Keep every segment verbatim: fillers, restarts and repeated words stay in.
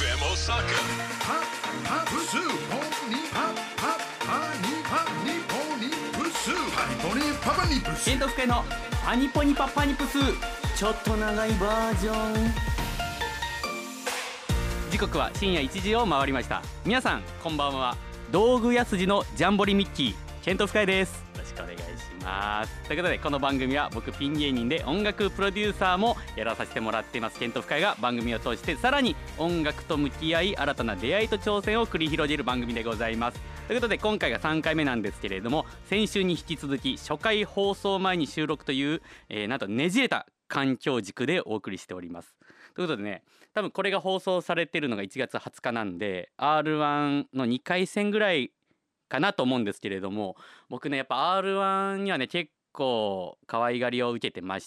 エム Osaka. Pop, pop, pursue. Pony, pop, pop, pony, pony, pony, pursue. Pony, pony, papa, ni ケ pursue. ント深井のパニポニパパニプス、ちょっと長いバージョン。時刻は深夜いちじを回りました。皆さんこんばんは。道具屋筋のジャンボリミッキー、ケント深井です。よろしくお願いします。ということで、この番組は僕ピン芸人で音楽プロデューサーもやらさせてもらっていますケント深井が、番組を通してさらに音楽と向き合い、新たな出会いと挑戦を繰り広げる番組でございます。ということで、今回がさんかいめなんですけれども、先週に引き続き初回放送前に収録という、えー、なんとねじれた環境軸でお送りしております。ということでね、多分これが放送されてるのがいちがつはつかなんで アールワン のにかい戦ぐらいかなと思うんですけれども、僕ねやっぱ アールワン にはね結構可愛がりを受けてまして、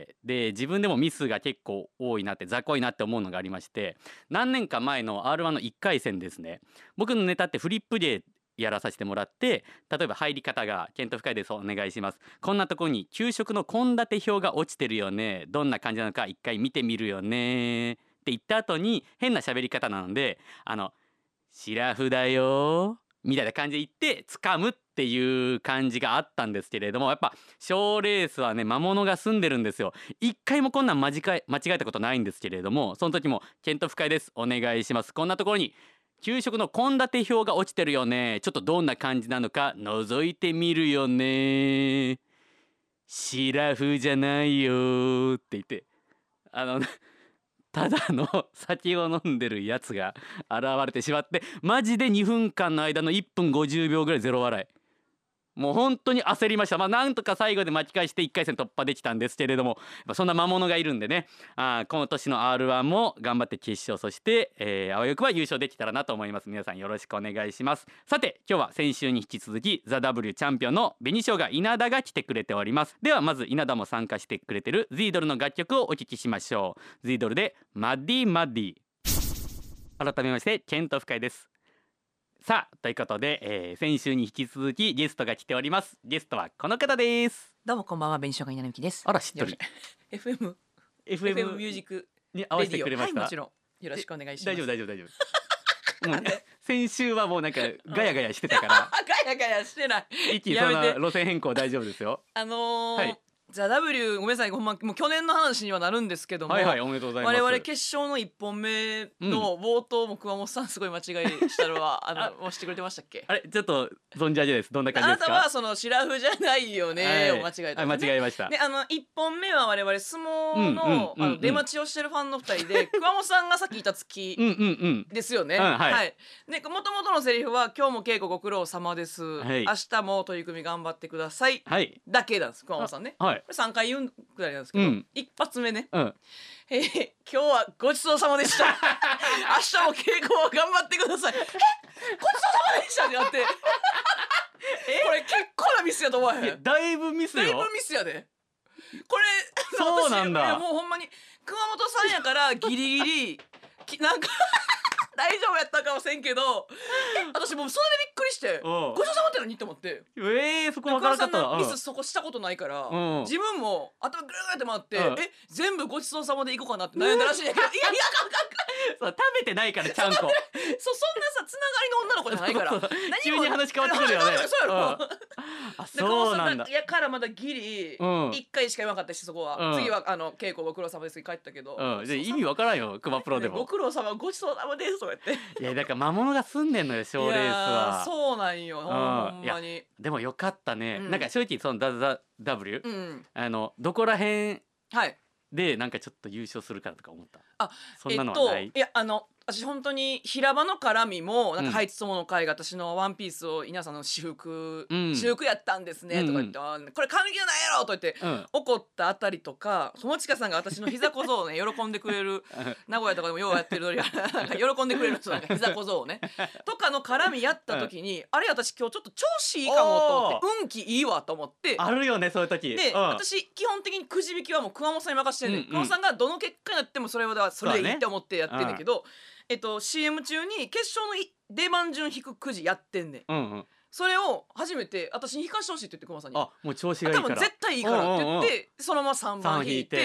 で自分でもミスが結構多いなって、雑魚いなって思うのがありまして、何年か前の アールワン のいっかい戦ですね、僕のネタってフリップでやらさせてもらって、例えば入り方がケント深井です、お願いします、こんなところに給食の献立表が落ちてるよね、どんな感じなのか一回見てみるよねって言った後に、変な喋り方なので、あのシラフだよみたいな感じで言って掴むっていう感じがあったんですけれども、やっぱ賞レースはね魔物が住んでるんですよ。一回もこんなん間違え間違えたことないんですけれども、その時もケント深井です、お願いします、こんなところに給食の献立表が落ちてるよね、ちょっとどんな感じなのか覗いてみるよね、シラフじゃないよって言って、あのただの酒を飲んでるやつが現れてしまって、マジでにふんかんの間のいっぷんごじゅうびょうぐらいゼロ笑い、もう本当に焦りました。まあなんとか最後で巻き返していっかい戦突破できたんですけれども、やっぱそんな魔物がいるんでね、あこの年の アールワン も頑張って決勝、そして、えー、あわよくば優勝できたらなと思います。皆さんよろしくお願いします。さて今日は先週に引き続きザ・ W チャンピオンの紅しょうが稲田が来てくれております。ではまず稲田も参加してくれてるズイドルの楽曲をお聴きしましょう。ズイドルでマッディマッディ。改めましてケント深井です。さあということで、えー、先週に引き続きゲストが来ております。ゲストはこの方です。 どうもこんばんは、紅しょうが稲田美希です。 あら知ってる。 エフエムエフエムエフエム ミュージックに合わせてくれました。 はい、もちろんよろしくお願いします。 大丈夫大丈夫大丈夫。もうね、先週はもうなんかガヤガヤしてたからガヤガヤしてない。 一気にその路線変更大丈夫ですよ。 あのーはい、 ザ・ W ごめんなさい、ほんまもう去年の話にはなるんですけども、 はいはい、おめでとうございます。 我々決勝のいっぽんめの冒頭も熊本さんすごい間違いしたのは、あのもう知ってくれてましたっけ？ あれちょっと存じ上げです。どんな感じですか？ あなたはそのシラフじゃないよねを間違えた、ね、 はい、間違えました。 であのいっぽんめは我々相撲のあの出待ちをしてるファンのふたりで熊本さんがさっき言った月ですよね。はい。でもともとのセリフは今日も稽古ご苦労様です、はい、明日も取り組み頑張ってください、はい、だけなんです熊本さんね。はい、これさんかい言うくらいなんですけど、うん、一発目ね、うん、えー、今日はごちそうさまでした明日も稽古を頑張ってくださいえごちそうさまでしたってなってこれ結構なミスやと思わへん？いやだいぶミスよ。 だいぶミスやでこれ。 そうなんだ。 もうほんまに熊本さんやからギリギリなんか大丈夫やったかもせんけど私もうそれでびっくりしてごちそうさまって何って思って、 えー、そこ分からなかった。 熊本さんのミスそこしたことないから、うん、自分も頭ぐるーって回って、うん、え全部ごちそうさまでいこうかなって悩んだらしいんやけど、いやいやあかんあかんそう食べてないからちゃんとそそんなさつながりの女の子じゃないから急に話変わってくるよね。 そうやろ、うん、 あそうなんだ。 やからまだギリいっかいしか言わなかったし、そこは、うん、次はあの稽古ご苦労様です帰ったけど、 うん、じゃ意味わからんよ熊プロでも。 ご苦労様ごちそうさまですとか言っていやだから魔物が住んでんのよ賞レースは。 そうなんよ、うん、ほんまに。 でもよかったね、うん、なんか正直そのダザ W、うん、あのどこら辺でなんかちょっと優勝するからとか思った。あそんなのはない、 えっと、いやあの私本当に平場の絡みもなんかハイツ友の会が私のワンピースを稲さんの私服、うん、私服やったんですねとか言って、うん、これ髪切らないやろと言って、うん、怒ったあたりとか、友近さんが私の膝小僧をね喜んでくれる名古屋とかでもようやってるのに喜んでくれる人なんか膝小僧をねとかの絡みやった時に、うん、あれ私今日ちょっと調子いいかもと思って、運気いいわと思って。 あるよねそういう時で、うん、私基本的にくじ引きはもう熊本さんに任せてんねん、うんうん、熊本さんがどの結果になってもそれはそれでいいって思ってやってんだけど、えっと、シーエム 中に決勝の出番順引くくじやってんねん、うんうん、それを初めて私に引かしてほしいって言って熊さんに、 あもう調子がいいから多分絶対いいからって言って、うんうんうん、そのままさんばん引いて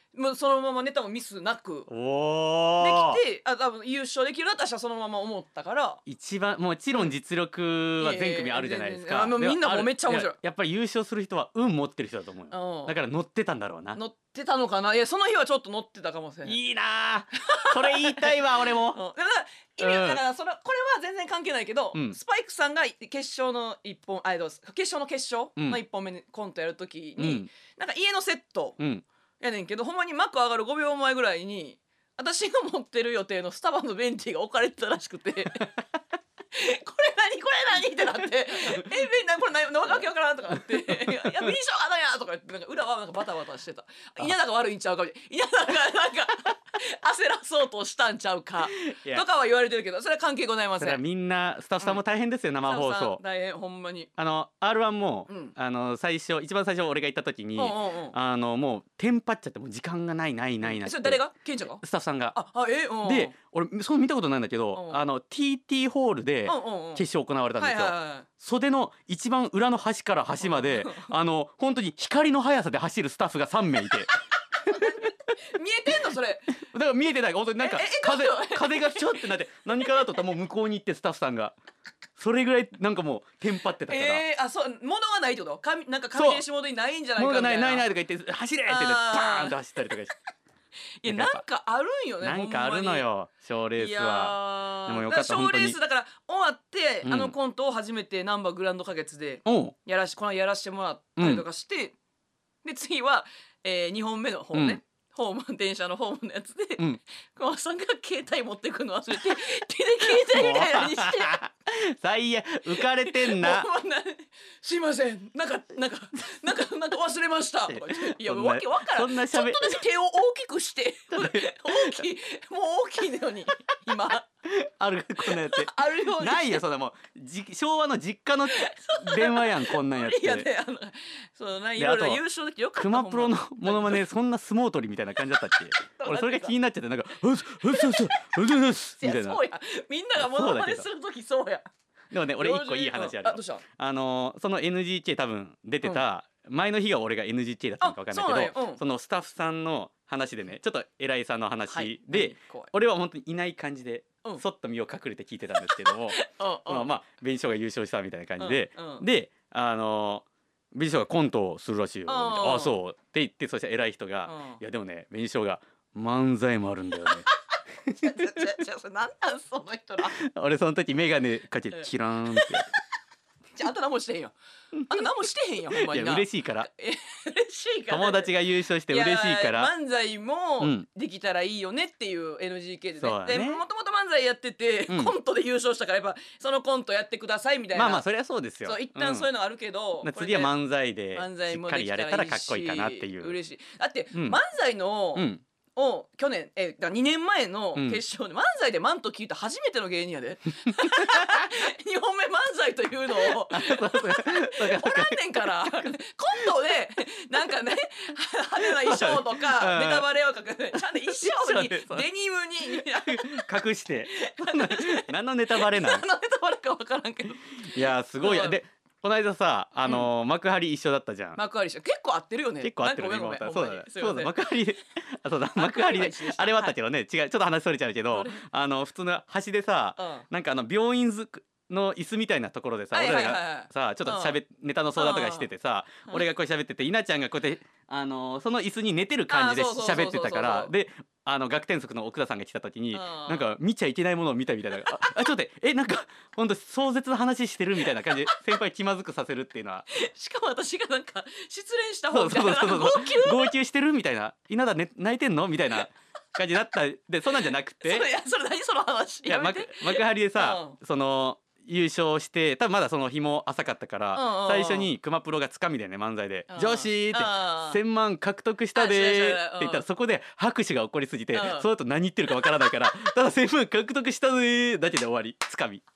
もうそのままネタもミスなくおできて、あ多分優勝できるなって私はそのまま思ったから。 一番もちろん実力は全組あるじゃないですか、 うん、いやいやいやみんなもうめっちゃ面白い。 や, やっぱり優勝する人は運持ってる人だと思うよ、うん、だから乗ってたんだろうな。 乗ってたのかな。いやその日はちょっと乗ってたかもしれない。 いいなそれ言いたいわ俺も、うん、 だから意味、うん、だからそれこれは全然関係ないけど、うん、スパイクさんが決勝の一本あ決勝の決勝の一本目にコントやるときに、うん、なんか家のセット、うんやねんけど、ほんまに幕上がるごびょうまえぐらいに私が持ってる予定のスタバのベンティが置かれてたらしくてこれ何これ何ってなってえベンなこれ何わけわからんとかなっていや紅しょうがないやとか言ってなんか裏はなんかバタバタしてた。稲田が悪いんちゃうかみたいな稲田がなんか焦らそうとしたんちゃうかとかは言われてるけどそれは関係ございません。それはみんなスタッフさんも大変ですよ、うん、生放送大変ほんまに。 あの アールワン も、うん、あの最初一番最初俺が行った時に、うんうんうん、あのもうテンパっちゃってもう時間がないないないないって。 それ誰がケンちゃんがスタッフさんがああえ、うんうん、 で俺その見たことないんだけど、うんうん、あの ティーティー ホールで決勝行われたんですよ、はいはいはい、袖の一番裏の端から端まであの本当に光の速さで走るスタッフがさんめいいて見えてんのそれだから見えてない本当になんか風風がちょってなって何かなと思ったらもう向こうに行ってスタッフさんがそれぐらいなんかもうテンパってたから、 えー、あそう物がないってことかなんか紙電子モードにないんじゃないかみたいな。 物がないないないとか言って走れって言ってバーンと走ったりとかしていやなんかあるんよね。 なんかあるのよ賞レースは。でもよかった賞レースだから終わって、うん、あのコントを初めてナンバーグランド花月でやらしこのやらしてもらったりとかして、うん、で次は、えー、にほんめの方ね、うんホーム電車のホームのやつで、うん、熊さんが携帯持ってくの忘れて手で携帯みたいなにして最悪浮かれてんなすいませんなんかなんかなんかなんか忘れましたいやわけわからん。そんなちょっとだけ手を大きくして大きいもう大きいのに今あるこんなやつあるようにないよそんなもうじ昭和の実家の電話やんこんなんやついやねあのそうないろいろ優勝できてよかった。 熊プロのモノマネそんな相撲取りみたいな感じだったっけ俺それが気になっちゃってなんかうっすうっすうっすうっすうっすみたいな。 そうやみんながモノマネする時そうや。 でもね俺一個いい話ある。あどうした？あのその エヌジーケー 多分出てた前の日が俺が エヌジーケー だったのか分かんないけど、そのスタッフさんの話でねちょっと偉いさんの話で俺は本当にいない感じでそっと身を隠れて聞いてたんですけどもまあまあ紅しょうが優勝したみたいな感じでであの紅しょうがコントをするらしいよ。ああそうって言ってそしたら偉い人がいやでもね紅しょうが漫才もあるんだよねじゃじゃじゃそれなんなんその人ら俺その時眼鏡かけてキラーンってじゃあんた何もしてへんよあんた何もしてへんよほんまにな。 いや嬉しいから嬉しいから友達が優勝して嬉しいから漫才もできたらいいよねっていう エヌジーケー でね、うん、でもともと漫才やってて、うん、コントで優勝したからやっぱそのコントやってくださいみたいな。 まあまあそれはそうですよ。 そう一旦そういうのあるけど、 うん、次は漫才でしっかりやれたらかっこいいかなっていう嬉しい。だって、うん、漫才の、うんを去年えだにねんまえの決勝で、うん、漫才でマント聞いた初めての芸人やでにほんめ漫才というのをおらんねんからコントでなんかね派手な衣装とかネタバレをかけてちゃんと衣装にデニムに隠して何のネタバレなん何のネタバレか分からんけどいやすごいでこの間さあのーうん、幕張一緒だったじゃん。 幕張一緒結構合ってるよね。 結構合ってるね今そうだねそうだ幕張あそうだ幕張であれはあったけどね、はい、違うちょっと話それちゃうけどあの普通の端でさ、うん、なんかあの病院ずくの椅子みたいなところでさ、俺らがさちょっとしゃべネタの相談とかしててさ、俺がこう喋ってて稲ちゃんがこうやってあのその椅子に寝てる感じで喋ってたからであの学天則の奥田さんが来た時になんか見ちゃいけないものを見たみたいなああちょっと待ってえなんかほんと壮絶な話してるみたいな感じで先輩気まずくさせるっていうのはしかも私がなんか失恋した方みたいな号泣号泣してるみたいな稲田、ね、泣いてんのみたいな感じだったでそんなんじゃなくてそれいやそれ何その話いや幕張でさ、うん、その優勝して多分まだその日も浅かったから、うんうん、最初に熊プロがつかみでね漫才で「女子!」って「せんまん獲得したで」って言ったらそこで拍手が起こりすぎて、うん、その後何言ってるかわからないからただせんまん獲得したぜだけで終わりつかみ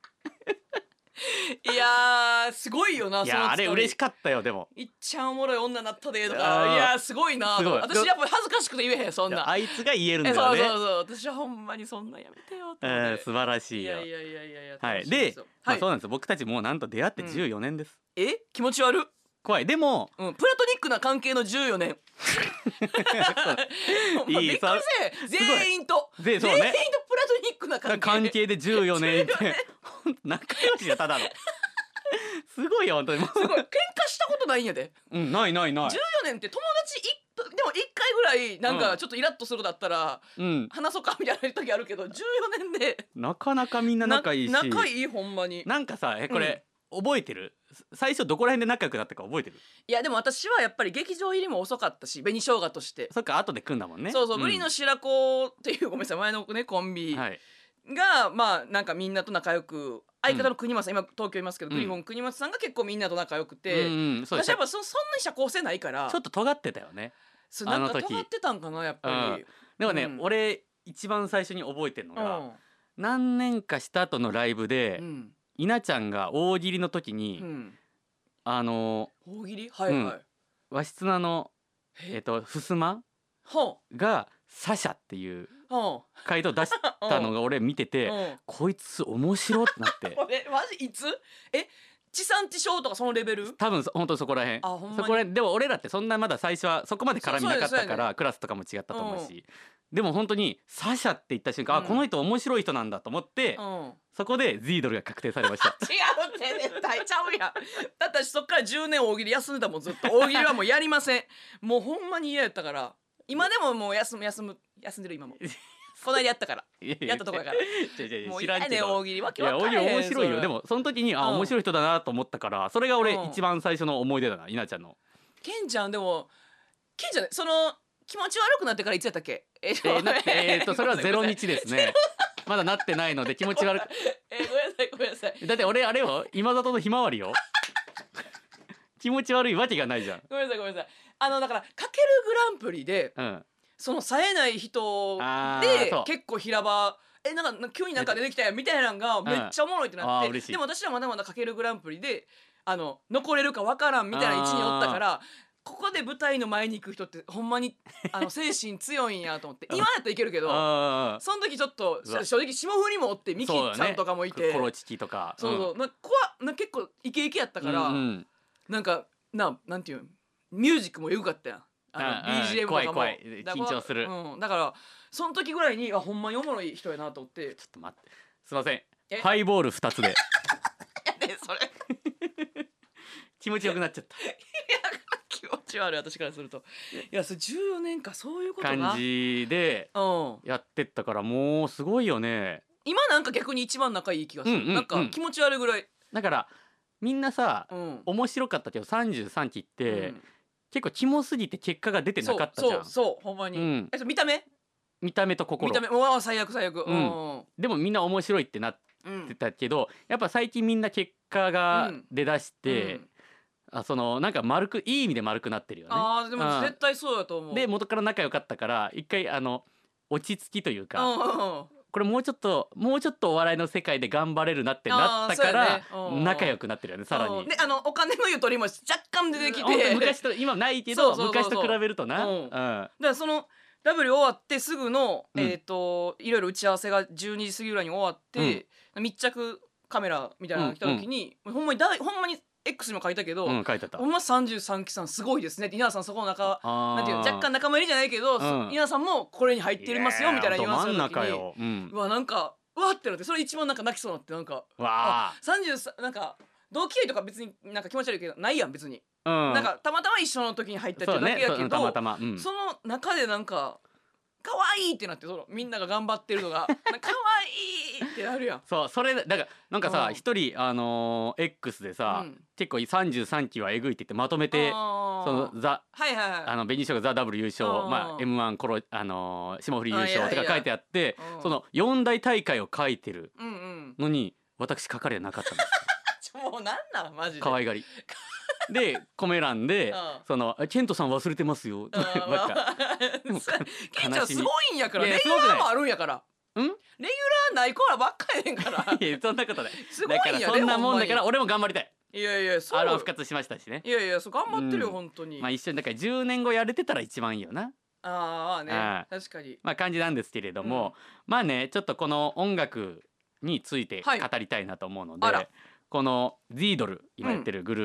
いやーすごいよな。 いやあれ嬉しかったよ。でもいっちゃんおもろい女なったでとかいやーすごいな。すごい私やっぱ恥ずかしくて言えへんそんな。 あいつが言えるんだよね。 そうそうそう私はほんまにそんなやめてよって、 えー、素晴らしいよ。 いやいやいやいやはいで、まあ、そうなんですよ。僕たちもうなんと出会ってじゅうよねんです、 うん、え気持ち悪っ怖い。でも、 うん、プラトニックな関係のじゅうよねんいいびっくりせ全員と全員とプラトニックな関係関係でじゅうよねんって仲良しやただのすごいよ本当に。 すごい喧嘩したことないんやで。 うんないないない。 じゅうよねんって友達いでもいっかいぐらいなんかちょっとイラッとするだったら、うん、話そうかみたいな時あるけどじゅうよねんでなかなかみんな仲いいし仲いいほんまに。 なんかさえこれ、うん、覚えてる最初どこら辺で仲良くなったか覚えてる？ いやでも私はやっぱり劇場入りも遅かったし紅生姜としてそっか後で組んだもんね。 そうそう、うん、ブリの白子っていうごめんなさい前のねコンビが、はい、まあなんかみんなと仲良く相方の国松さん、うん、今東京いますけど、うん、グリフォン国松さんが結構みんなと仲良くて、うんうん、私やっぱ そ, そんなに社交性ないからちょっと尖ってたよね。 そうなんか尖ってたんかなやっぱり、うん、 でもね、うん、俺一番最初に覚えてるのが、うん、何年かした後のライブで、うん、稲ちゃんが大喜利の時に、うん、あの大喜利はいはい、うん、 和室菜のえっ、ー、とふすまがサシャっていう回答出したのが俺見ててこいつ面白ってなってこれマジいつえ地産地消とかそのレベル多分本当そこらへん。そこらへんでも俺らってそんなまだ最初はそこまで絡みなかったから、ね、クラスとかも違ったと思うし、うん、でも本当にサシャって言った瞬間、うん、あこの人面白い人なんだと思って、うん、そこでズイドルが確定されました違うって絶対ちゃうやん。だってそっからじゅうねん大喜利休んでたもんずっと大喜利はもうやりませんもうほんまに嫌やったから今でももう休む休む休んでる今もこの間やったからやったとこやからもういないね大喜利わけわかんへん。 いや大喜利面白いよ。でもその時にあ面白い人だなと思ったからそれが俺一番最初の思い出だな稲ちゃんの。 ケンちゃんでもケンちゃんその気持ち悪くなってからいつやったっけ？ えー、なえーとそれはゼロ日ですねまだなってないので気持ち悪くえー、ごめんなさいごめんなさい。 だって俺あれよ今里のひまわりよ気持ち悪いわけがないじゃん。 ごめんなさいごめんなさい。あのだからかけるグランプリで、うんその冴えない人で結構平場えなんか急になんか出てきたやんみたいなのがめっちゃおもろいってなって、うん、でも私はまだまだかけるグランプリであの残れるかわからんみたいな位置におったからここで舞台の前に行く人ってほんまにあの精神強いんやと思って今やったらいけるけどその時ちょっと正直霜降りもおってミキちゃんとかもいて、 ね、コロチキとかそうそう、うん、な怖な結構イケイケやったから、うんうん、なんかななんていうミュージックもエグかったやんあの ビージーエム とかも怖い怖い緊張する、 うん、だからその時ぐらいにあほんまにおもろい人やなと思ってちょっと待ってすいませんハイボールふたつでやでそれ気持ちよくなっちゃったいや気持ち悪い私からするといやそれじゅうよねんかそういうことな感じでやってったからもうすごいよね。 今なんか逆に一番仲いい気がする、うんうんうん、なんか気持ち悪いぐらいだからみんなさ、うん、面白かったけどさんじゅうさんきって、うん結構キモすぎて結果が出てなかったじゃん。 そうそうそうほんまに、うん、え見た目見た目と心見た目うわ最悪最悪、うん、 でもみんな面白いってなってたけど、うん、やっぱ最近みんな結果が出だして、うん、あそのなんか丸くいい意味で丸くなってるよね。 あでも絶対そうだと思う。 で元から仲良かったから一回あの落ち着きというか、うんうんうんこれもうちょっともうちょっとお笑いの世界で頑張れるなってなったから仲良くなってるよねさらに。 であのお金のゆとりも若干出てきて昔と今ないけど昔と比べるとな。 だからその W 終わってすぐの、うん、えっ、ー、といろいろ打ち合わせがじゅうにじ過ぎぐらいに終わって、うん、密着カメラみたいなのが来た時に、うんうん、ほんまにだほんまに X にも書いたけど、うん、書いてたほんまさんじゅうさんきさんすごいですねって稲田さんそこの中なんていう若干仲間入りじゃないけど、うん、稲田さんもこれに入ってますよみたいな言わせた時に、うん、うわなんかうわってなってそれ一番なんか泣きそうになってなんかわさんじゅうさんなんか同期愛とか別になんか気持ち悪いけどないやん別に、うん、なんかたまたま一緒の時に入ったっていうだけやけど そ,、ね、そ, たまたま、うん、その中でなんか可愛いってなってそのみんなが頑張ってるのが可愛いってなるやん。 そうそれだからなんかさ一、うん、人あのー、X でさ、うん、結構さんじゅうさんきはえぐいって言ってまとめてそのザ、はいはいはい、あの紅しょうがザ W 優勝まあ エムワン コロあのー、霜降り優勝とか書いてあってそのよん大大会を書いてるのに、うんうん、私書かれなかったんですよ。もうなんなんマジで。 可愛がり。でコメ欄でそのケントさん忘れてますよ。ばっか。 ケンちゃんすごいんやからレギュラーもあるんやから。ん？レギュラーない子らばっかりやねんから。 いやそんなことない。 すごいんやで。 だからそんなもんだから俺も頑張りたい。 いやいやそう。 アールワン復活しましたしね。 いやいやそう頑張ってるよ、うん、本当に。 まあ一緒にだからじゅうねんごやれてたら一番いいよな。 ああねあ確かに。 まあ感じなんですけれども、うん、まあねちょっとこの音楽について語りたいなと思うので、はい、この ゼードル今やってるグループ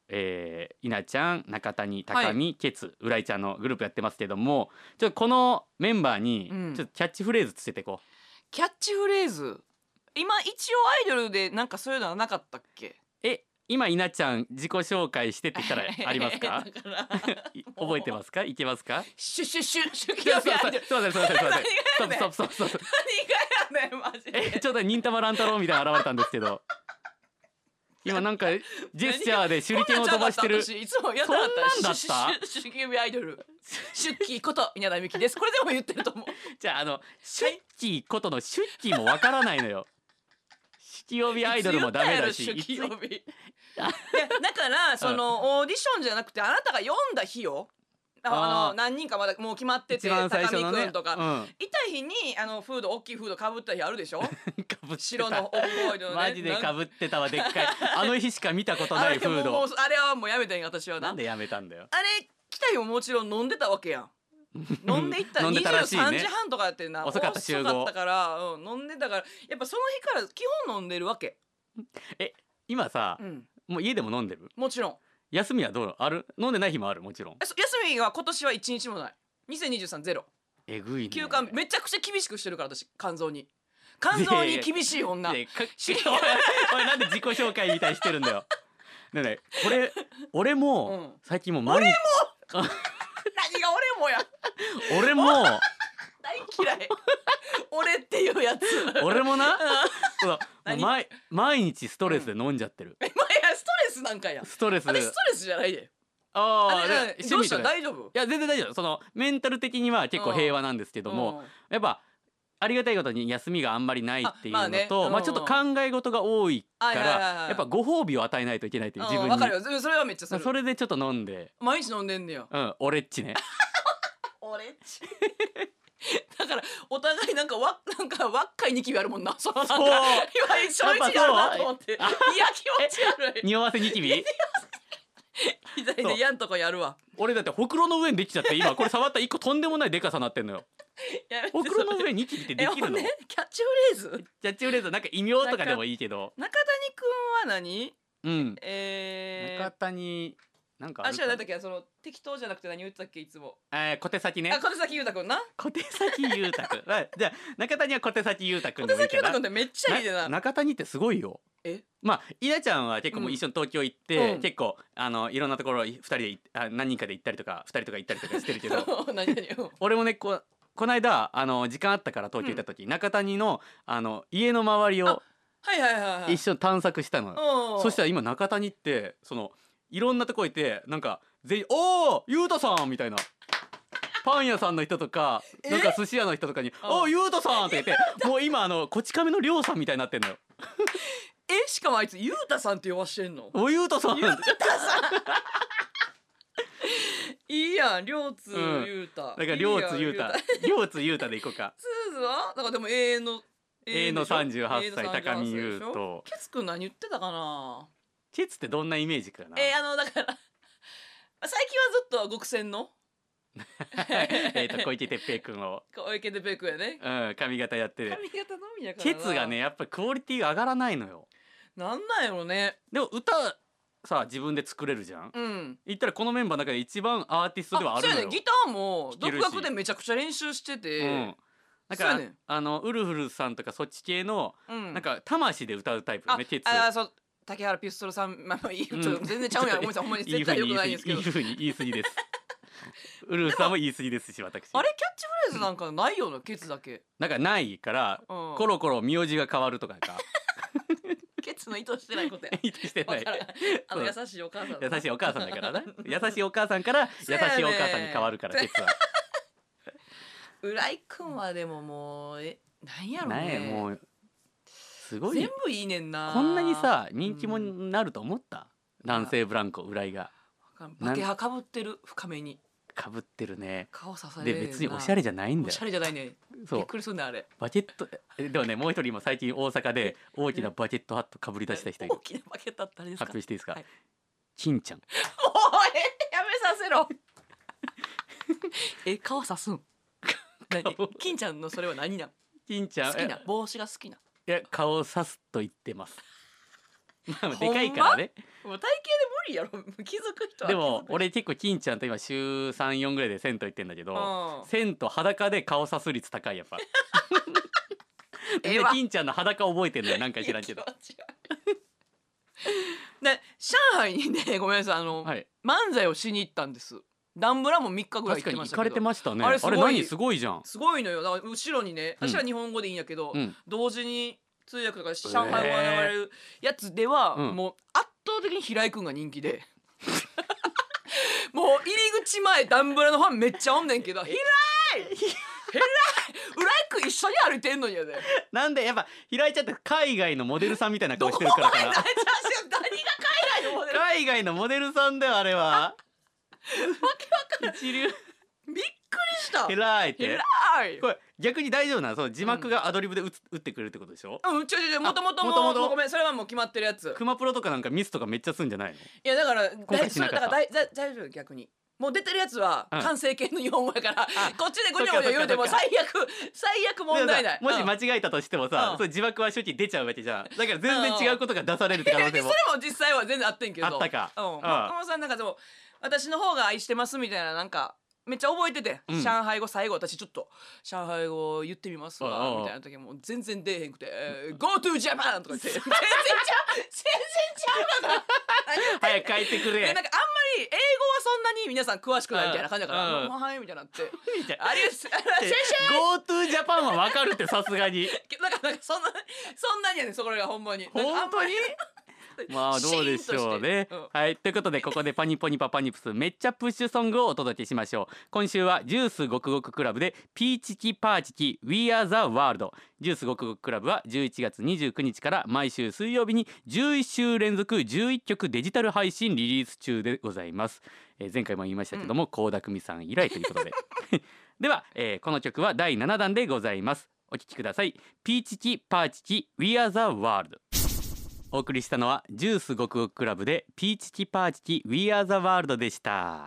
えー、稲ちゃん、中谷、高見、ケツ、浦井ちゃんのグループやってますけども、ちょっとこのメンバーにうんちょっとキャッチフレーズつけてこう。 キャッチフレーズ今一応アイドルでなんかそういうのはなかったっけ？ え、今稲ちゃん自己紹介してって言ったらありますか？ だから覚えてますか？いけますか？ シュシュシュシュすいませんすいませんすいませんすいません。 何がやねんストップストップストップストップ。 何がやねんマジで。 え、ちょっと忍たま乱太郎みたいなの現れたんですけど、今なんかジェスチャーで手裏剣を飛ばしてる。 いつもやったかったそんなんだったシュシュシュシュキュビアイドルシュッキーこと稲田美希です。これでも言ってると思う。 じゃああのシュッキーことのシュッキーもわからないのよ。引き帯アイドルもダメだし。 いつ言ったやろシュキ帯いやだからそのオーディションじゃなくてあなたが読んだ日よ。ああーの何人かまだもう決まってて一番最初のね高見くんとか、 うんいた日にあのフード大きいフードかぶった日あるでしょ。 かぶってた白のオフホワイトのね。 マジでかぶってたわ。でっかいあの日しか見たことないフーあれもうもうド。 あれはもうやめたんや私はな。 なんでやめたんだよ。 あれ来た日ももちろん飲んでたわけやん。飲んでいったら飲んでたらしいねにじゅうさんじはんとかやってんな。 遅かった集合遅かったから、うん、飲んでたからやっぱその日から基本飲んでるわけ。 え、今さう、ん、 もう家でも飲んでる？ もちろん。 休みはどうある？飲んでない日もある？もちろん。 えそ休みは今年は一日もない。にせんにじゅうさんゼロ。 えぐいね。 休館めちゃくちゃ厳しくしてるから私肝臓に。肝臓に厳しい女。 でかおいおいなんで自己紹介みたいにしてるんだよ。ねえねえこれ俺も、 うん最近もう毎日何が俺もや。 俺も大嫌い。俺っていうやつ。 俺もなそうもう何毎毎日ストレスで飲んじゃってる、 えまあいやストレスなんかや。 ストレスあれストレスじゃないで。 ああれあでどうしたとか大丈夫？ いや全然大丈夫。そのメンタル的には結構平和なんですけども、やっぱありがたいことに休みがあんまりないっていうのと、 あまあねまあうんちょっと考え事が多いかはいはいはいらはいやっぱご褒美を与えないといけないっていう自分にうんわかるよ。それはめっちゃする。 それでちょっと飲んで、 毎日飲んでんねよ。 うん、俺っちね俺っち。だからお互いなんかわなんか若いニキビあるもんな。そのなんかそう今一緒一やなと思って。いややっぱ気持ち悪い。 匂わせニキビ左でやんとこやるわ。 俺だってほくろの上にできちゃって今これ触ったら一個とんでもないでかさなってんのよ。 やめてほくろの上にニキビってできるの？ えほんでキャッチフレーズ。 キャッチフレーズなんか異名とかでもいいけど、 中谷くんは何？ うん、 えー、 中田になんかああるかしらなんだっけその適当じゃなくて何言ってたっけいつも。 えー小手先ね。 あ小手先裕太くんな。 小手先裕太くんあじゃあ中谷は小手先裕太くん小手でもいいかな。 先裕太くんってめっちゃいいでな。 な中谷ってすごいよ。 えまあ稲ちゃんは結構もう一緒に東京行って、 うん結構あのいろんなところふたりで行っあ何人かで行ったりとかふたりとか行ったりとかしてるけど何何うん俺もねここの間あの時間あったから東京行った時、中谷のあの家の周りをはいはいはいはい。 一緒に探索したのよ。 うんそしたら今中谷ってそのいろんなとこ行ってなんか全員「おーゆうたさん!」みたいな。パン屋さんの人とかえなんか寿司屋の人とかに「おーゆうたさん!」って言ってもう今あのこち亀のりょうさんみたいになってんのよ。 えしかもあいつ裕太さんって呼ばしてんの。 おゆうたさん。 いいやん両津うん裕太。 だから両津ゆうた両津ゆうたでいこうか。 スーズはだからでも永遠の永遠のさんじゅうはっさい永遠の高見優さんじゅうはっさいでしょとケツくん何言ってたかな。 ケツってどんなイメージかな。 えー、あのだから最近はずっと極戦のえっと小池徹平くんを、 小池でペクやね。 うん、髪型やってる。 髪型のみやからケな。 ツがねやっぱりクオリティが上がらないのよ。 なんなんやろね。 でも歌さ自分で作れるじゃん。 うん。 言ったらこのメンバーの中で一番アーティストではあるのよ。 そうやねギターも弾けるし独学でめちゃくちゃ練習してて、 うん。だから、 そうやねんあのウルフルさんとかそっち系の、 うん、 なんか魂で歌うタイプよあねケツ。 あそう竹原ピストルさんまあまあいい、 うんちょっと全然ちゃうんやごめんなさいほんまに絶対良くないんですけどいい風に言い過ぎです。ウルフさんも言い過ぎですし私。 あれキャッチフレーズなんかないよなケツだけ、 なんかないから、 うん、 コロコロ名字が変わるとかかケツの意図してないことや意図してないわからんあの優しいお母さんだな優しいお母さんだからな優しいお母さんから優しいお母さんに変わるからケツは。 浦井くんはでももうえなんやろなんやねもうすごい全部いいねんなこんなにさ人気者うんになると思った、男性ブランコ浦井がバケハかぶってる深めにかぶってるね。 顔刺されでる別におしゃれじゃないんだよおしゃれじゃないねそうびっくりするねあれバケットえでもねもう一人今最近大阪で大きなバケットハットかぶり出した人いる。 大きなバケットあったらですか発表していいですか、 はい金ちゃん。 おいやめさせろえ顔刺すん何顔金ちゃんのそれは何なん金ちゃん好きなえ帽子が好きないや顔を刺すと言ってます。 まあでかいからね。 もう体型で無理やろ気づく人は。 でも俺結構金ちゃんと今週さん、よんぐらいで銭湯行ってんだけど、 うん銭湯裸で顔さす率高いやっぱ。みんな金ちゃんの裸覚えてんのよなんか知らんけど。 で上海にねごめんなさいあの、 はい、 漫才をしに行ったんです。ダンブラもみっかぐらい行確かに行ってましたけど。 かれてましたね。 あれすごいあれ何すごいじゃん。 すごいのよ。だから後ろにね、 うん私は日本語でいいんやけど、 うん、 同時に通訳とか上海語が流れるやつでは、 うんもう圧倒的に平井くんが人気でもう入り口前ダンブラのファンめっちゃおんねんけど平井平井浦井くん一緒に歩いてんのにやで。 なんでやっぱ平井ちゃんって海外のモデルさんみたいな顔してるからかな。 何が海外のモデル。 海外のモデルさんだよあれは。 わけわかんない。 一流。 びっくりした偉いって。 偉い。 これ逆に大丈夫なの？そう字幕がアドリブで打つ打ってくれるってことでしょ？ うん、ちょちょちょ、もともとも元々 もうごめん、それはもう決まってるやつ。 クマプロとかなんかミスとかめっちゃすんじゃないの？ いやだから今回しなかっただ大大大丈夫逆に。もう出てるやつはうん完成形の日本語やから、こっちでゴニョゴニョ言うてもそっか最悪最悪問題ない。 もしうん間違えたとしてもさ、 うんそれ字幕は正直出ちゃうわけじゃん。だから全然違うことが出されるって可能性もそれも実際は全然あってんけど。 あったか。 うん。 うんまあ、さんなんかでも私の方が愛してますみたいななんかめっちゃ覚えてて、 うん上海語最後私ちょっと上海語言ってみますうんうんうんわみたいな時もう全然出えへんくて「Go to Japan!」とか言って全然ちゃう全然ちゃうから早く帰ってくれ。 でなんかあんまり英語はそんなに皆さん詳しくないみたいな感じだから「 うんうんはい」みたいになってみたい 「ありがとう先生!」 Go to Japan はわかるってさすがに。 なんかなんかそんなそんなにやねんそこらがほんまに。なんかあんまりまあどうでしょうね、 うんはいということでここでパニポニパパニプスめっちゃプッシュソングをお届けしましょう。今週はジュースごくごくクラブでピーチキパーチキ We Are the World。 ジュースごくごくクラブはじゅういちがつにじゅうくにちから毎週水曜日にじゅういっしゅう連続じゅういっきょくデジタル配信リリース中でございます、えー、前回も言いましたけども倖、田來未さん以来ということででは、えー、この曲はだいななだんでございます。お聴きください。ピーチキパーチキ We Are the World。お送りしたのはジュースごくごくクラブでピーチキパーチキ We Are the World でした。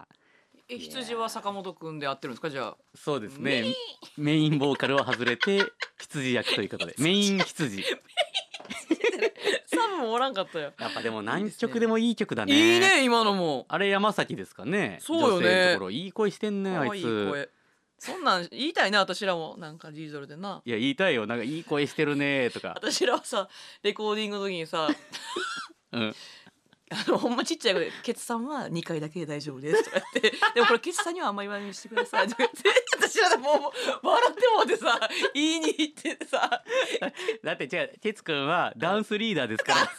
え羊は坂本くんで合ってるんですかじゃあ。 そうですね、メインボーカルを外れて羊役ということでメイン羊サブもおらんかったよ。 やっぱでも何曲でもいい曲だね。 いいね今のも。 あれ山崎ですかね。 そうよね女性のところいい声してんねあい可愛いつ。 声。そんなん言いたいな私らもなんかディーゼルでな。 いや言いたいよなんかいい声してるねとか。 私らはさレコーディングの時にさうんあのほんまちっちゃい声で「ケツさんはにかいだけで大丈夫です」とか言って「でもこれケツさんにはあんまり言わないようにしてください」とか言って私らもう笑ってもうてさ言いに行ってさだって違うケツくんはダンスリーダーですから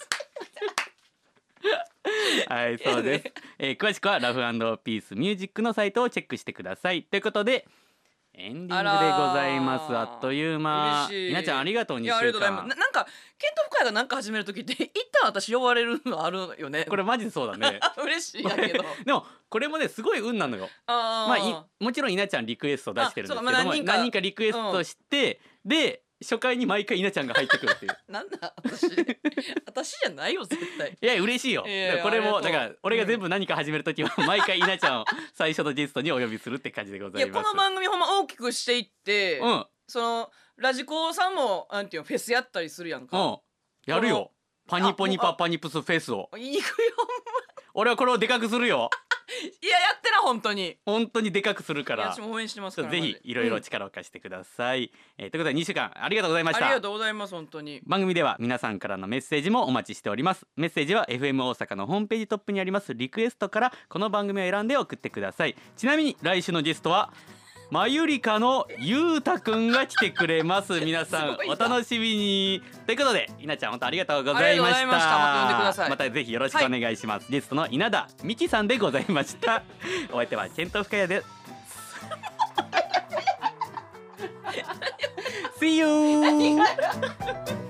はいそうです、えー、詳しくはラフ&ピースミュージックのサイトをチェックしてください。ということでエンディングでございます。あっという間。 嬉しい稲ちゃんありがとうにしゅうかん。 いやありがとうございます。ななんかケント深谷がなんか始める時って一旦私呼ばれるのあるよね。 これマジでそうだね嬉しいやけどでもこれもねすごい運なのよ。 あーまあいもちろん稲ちゃんリクエスト出してるんですけども、 あそうかまあ何人か何人かリクエストして、で初回に毎回稲ちゃんが入ってくるっていうなんだ私私じゃないよ絶対。 いや嬉しいよ。 いやいやだからこれもありがとうだから俺が全部何か始めるときは毎回稲ちゃんを最初のゲストにお呼びするって感じでございます。 いやこの番組ほんま大きくしていって、 うんそのラジコさんもなんていうのフェスやったりするやんか。 うんやるよ。パニポニパパニプスフェスを。 言いにくいよ俺はこれをでかくするよ。 いややってな本当に。 本当にでかくするからいや私も応援してますから。 ぜひいろいろ力を貸してください、えーということでにしゅうかんありがとうございました。 ありがとうございます本当に。 番組では皆さんからのメッセージもお待ちしております。メッセージは エフエム 大阪のホームページトップにありますリクエストからこの番組を選んで送ってください。ちなみに来週のゲストはマユリカのゆうたくんが来てくれます。皆さんお楽しみに。ということで稲ちゃん本当ありがとうございました。 ありがとうございましたまた呼んでくださいまたぜひよろしくお願いします、はい、ゲストの稲田美希さんでございましたお相手はケント深谷でSee you